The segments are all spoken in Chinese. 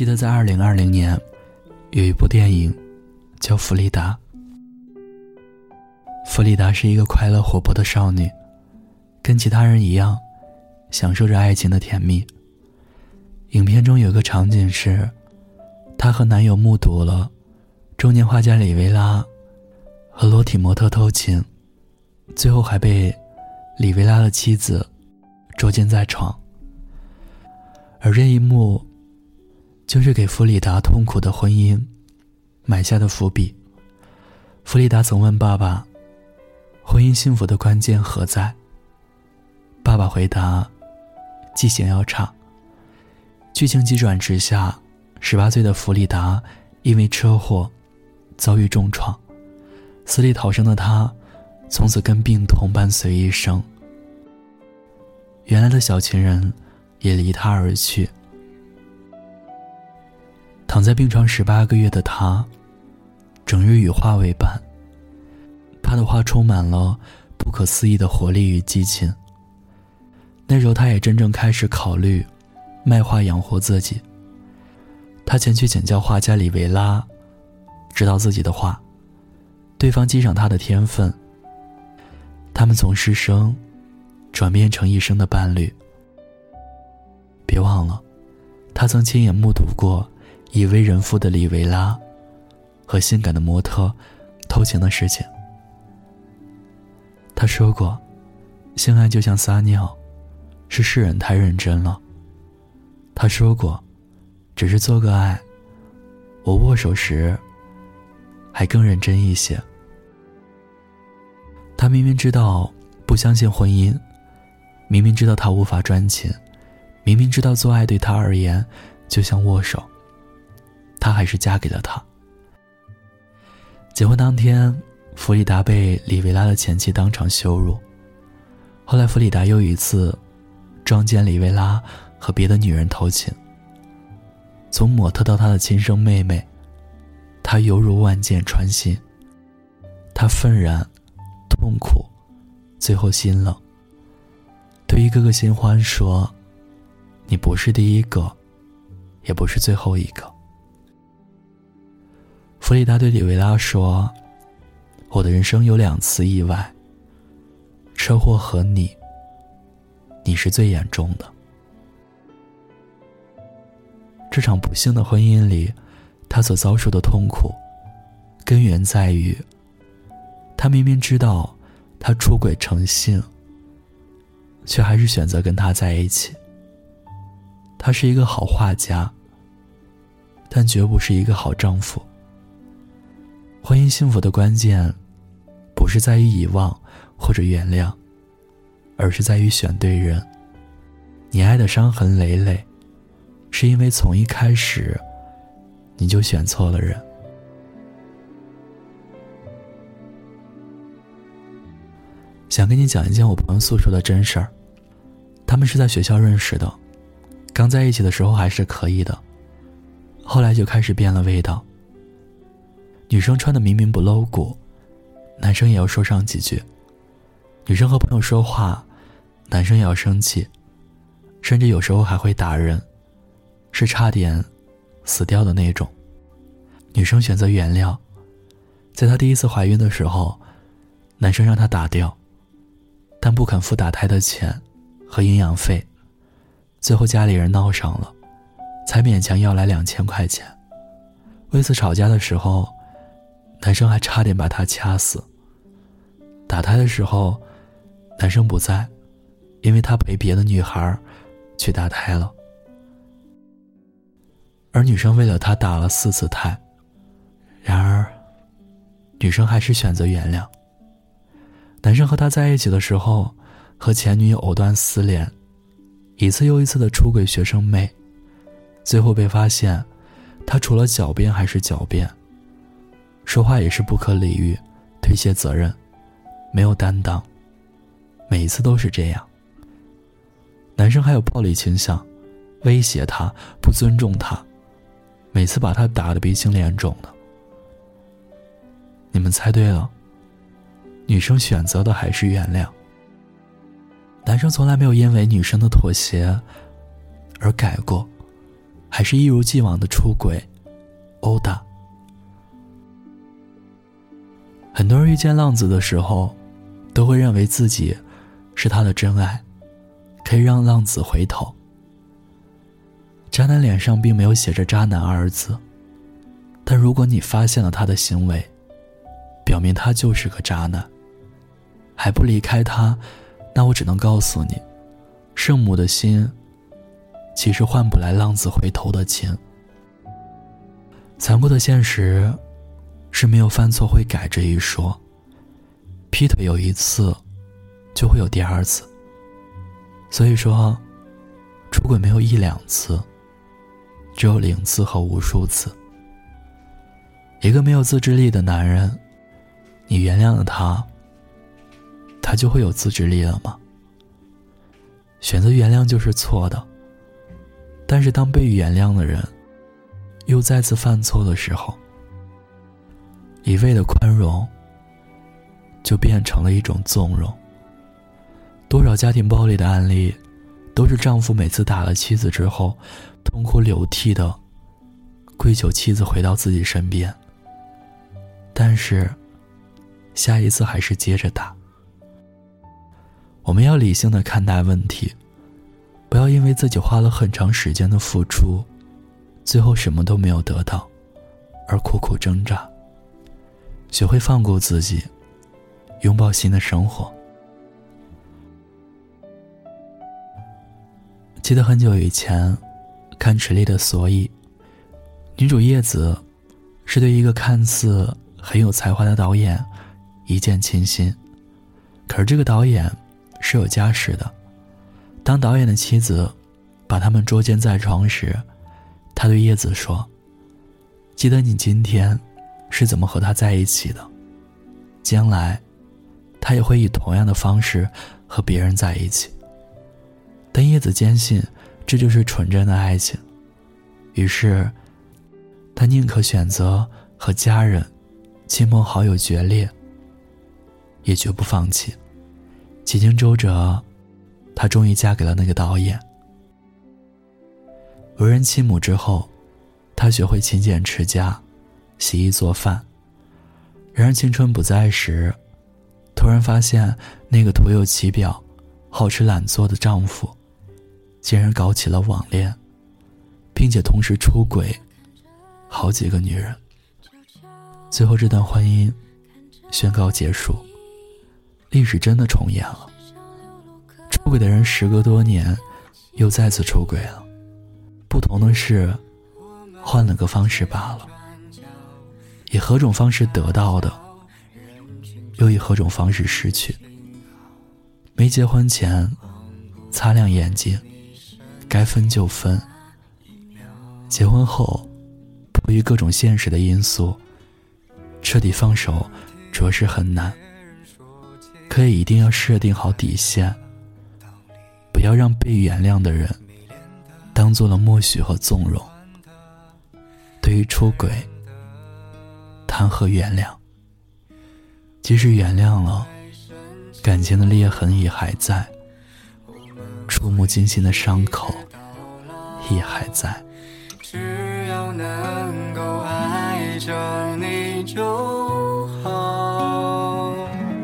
记得在2020年有一部电影叫《弗里达》。弗里达是一个快乐活泼的少女，跟其他人一样享受着爱情的甜蜜。影片中有个场景是她和男友目睹了中年画家里维拉和裸体模特偷情，最后还被里维拉的妻子捉奸在床。而这一幕就是给弗里达痛苦的婚姻埋下的伏笔。弗里达曾问爸爸，婚姻幸福的关键何在？爸爸回答，记性要差。剧情急转直下，18岁的弗里达因为车祸遭遇重创，死里逃生的他从此跟病痛伴随一生。原来的小情人也离他而去。躺在病床18个月的他，整日与画为伴，他的画充满了不可思议的活力与激情。那时候他也真正开始考虑卖画养活自己。他前去请教画家里维拉，指导自己的画，对方欣赏他的天分，他们从师生转变成一生的伴侣。别忘了，他曾亲眼目睹过已为人父的里维拉和性感的模特偷情的事情。他说过，性爱就像撒尿，是世人太认真了。他说过，只是做个爱，我握手时还更认真一些。他明明知道不相信婚姻，明明知道他无法专情，明明知道做爱对他而言就像握手，他还是嫁给了他。结婚当天，弗里达被里维拉的前妻当场羞辱。后来弗里达又一次撞见里维拉和别的女人偷情。从模特到她的亲生妹妹，她犹如万箭穿心。她愤然、痛苦，最后心冷，对一个个新欢说，你不是第一个，也不是最后一个。弗里达对里维拉说，我的人生有2次意外，车祸和你是最严重的。这场不幸的婚姻里，他所遭受的痛苦根源在于，他明明知道他出轨成性，却还是选择跟他在一起。他是一个好画家，但绝不是一个好丈夫。婚姻幸福的关键不是在于遗忘或者原谅，而是在于选对人。你爱的伤痕累累，是因为从一开始你就选错了人。想跟你讲一件我朋友诉说的真事儿。他们是在学校认识的，刚在一起的时候还是可以的，后来就开始变了味道。女生穿的明明不露骨，男生也要说上几句。女生和朋友说话，男生也要生气，甚至有时候还会打人，是差点死掉的那种。女生选择原谅，在她第一次怀孕的时候，男生让她打掉，但不肯付打胎的钱和营养费，最后家里人闹上了，才勉强要来2000块钱。为此吵架的时候，男生还差点把她掐死。打胎的时候，男生不在，因为他陪别的女孩去打胎了。而女生为了他打了4次胎，然而女生还是选择原谅。男生和她在一起的时候，和前女友藕断丝连，一次又一次的出轨学生妹，最后被发现他除了狡辩还是狡辩，说话也是不可理喻，推卸责任，没有担当，每一次都是这样。男生还有暴力倾向，威胁她，不尊重她，每次把她打得鼻青脸肿的。你们猜对了，女生选择的还是原谅。男生从来没有因为女生的妥协而改过， 还是一如既往的出轨、殴打。很多人遇见浪子的时候，都会认为自己是他的真爱，可以让浪子回头。渣男脸上并没有写着渣男二字，但如果你发现了他的行为，表明他就是个渣男，还不离开他，那我只能告诉你，圣母的心其实换不来浪子回头的情。残酷的现实是没有犯错会改这一说，劈腿有一次就会有第二次，所以说出轨没有一两次，只有0次和无数次。一个没有自制力的男人，你原谅了他，他就会有自制力了吗？选择原谅就是错的，但是当被原谅的人又再次犯错的时候，一味的宽容就变成了一种纵容。多少家庭暴力的案例都是丈夫每次打了妻子之后，痛哭流涕的跪求妻子回到自己身边，但是下一次还是接着打。我们要理性的看待问题，不要因为自己花了很长时间的付出，最后什么都没有得到而苦苦挣扎。学会放过自己，拥抱新的生活。记得很久以前看池莉的《所以》，女主叶子是对一个看似很有才华的导演一见倾心，可是这个导演是有家室的。当导演的妻子把他们捉奸在床时，他对叶子说，记得你今天是怎么和他在一起的，将来他也会以同样的方式和别人在一起。但叶子坚信这就是纯真的爱情，于是他宁可选择和家人、亲朋好友决裂，也绝不放弃。几经周折，她终于嫁给了那个导演。为人妻母之后，她学会勤俭持家，洗衣做饭。然而青春不在时，突然发现那个徒有其表、好吃懒做的丈夫竟然搞起了网恋，并且同时出轨好几个女人。最后这段婚姻宣告结束，历史真的重演了。出轨的人时隔多年又再次出轨了，不同的是换了个方式罢了。以何种方式得到的，又以何种方式失去。没结婚前擦亮眼睛，该分就分。结婚后迫于各种现实的因素，彻底放手着实很难。可以一定要设定好底线，不要让被原谅的人当做了默许和纵容。对于出轨，谈何原谅？即使原谅了，感情的裂痕也还在，触目惊心的伤口也还在。 只要能够爱着你就好，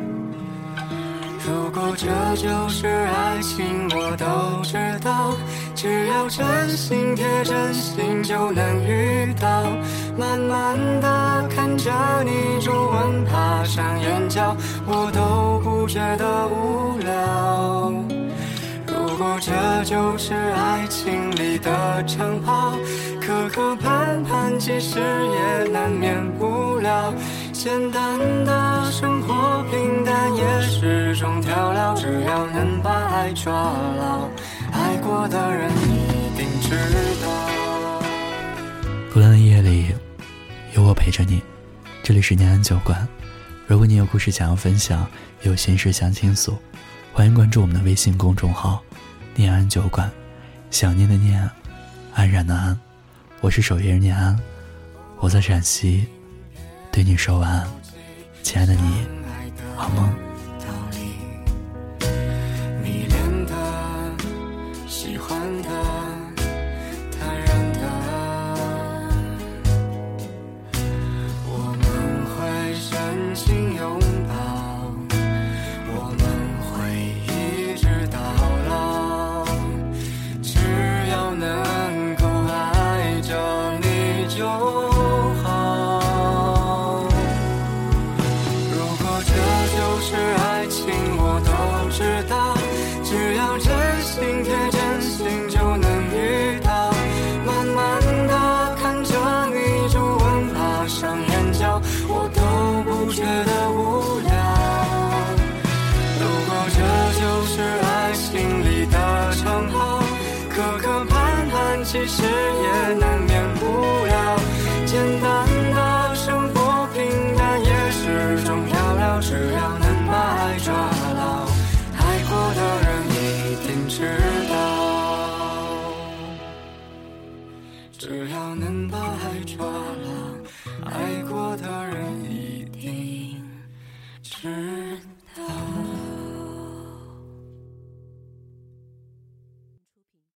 如果这就是爱情我都知道，只要真心贴真心就能遇到，慢慢的看着你皱纹爬上眼角，我都不觉得无聊。如果这就是爱情里的长跑，磕磕绊绊其实也难免不了，简单的生活平淡也是种调料，只要能把爱抓牢，爱过的人一定知道。 孤单的夜里有我陪着你，这里是念安酒馆。如果你有故事想要分享，有心事想倾诉，欢迎关注我们的微信公众号念安酒馆，想念的念，安然的安。我是守夜人念安，我在陕西，对你说晚安，亲爱的你，好梦。 迷恋的，喜欢的，坦然的。 其实也难免不了。简单的生活平淡也是种漂亮，只要能把爱抓牢，爱过的人一定知道。只要能把爱抓牢，爱过的人一定知道。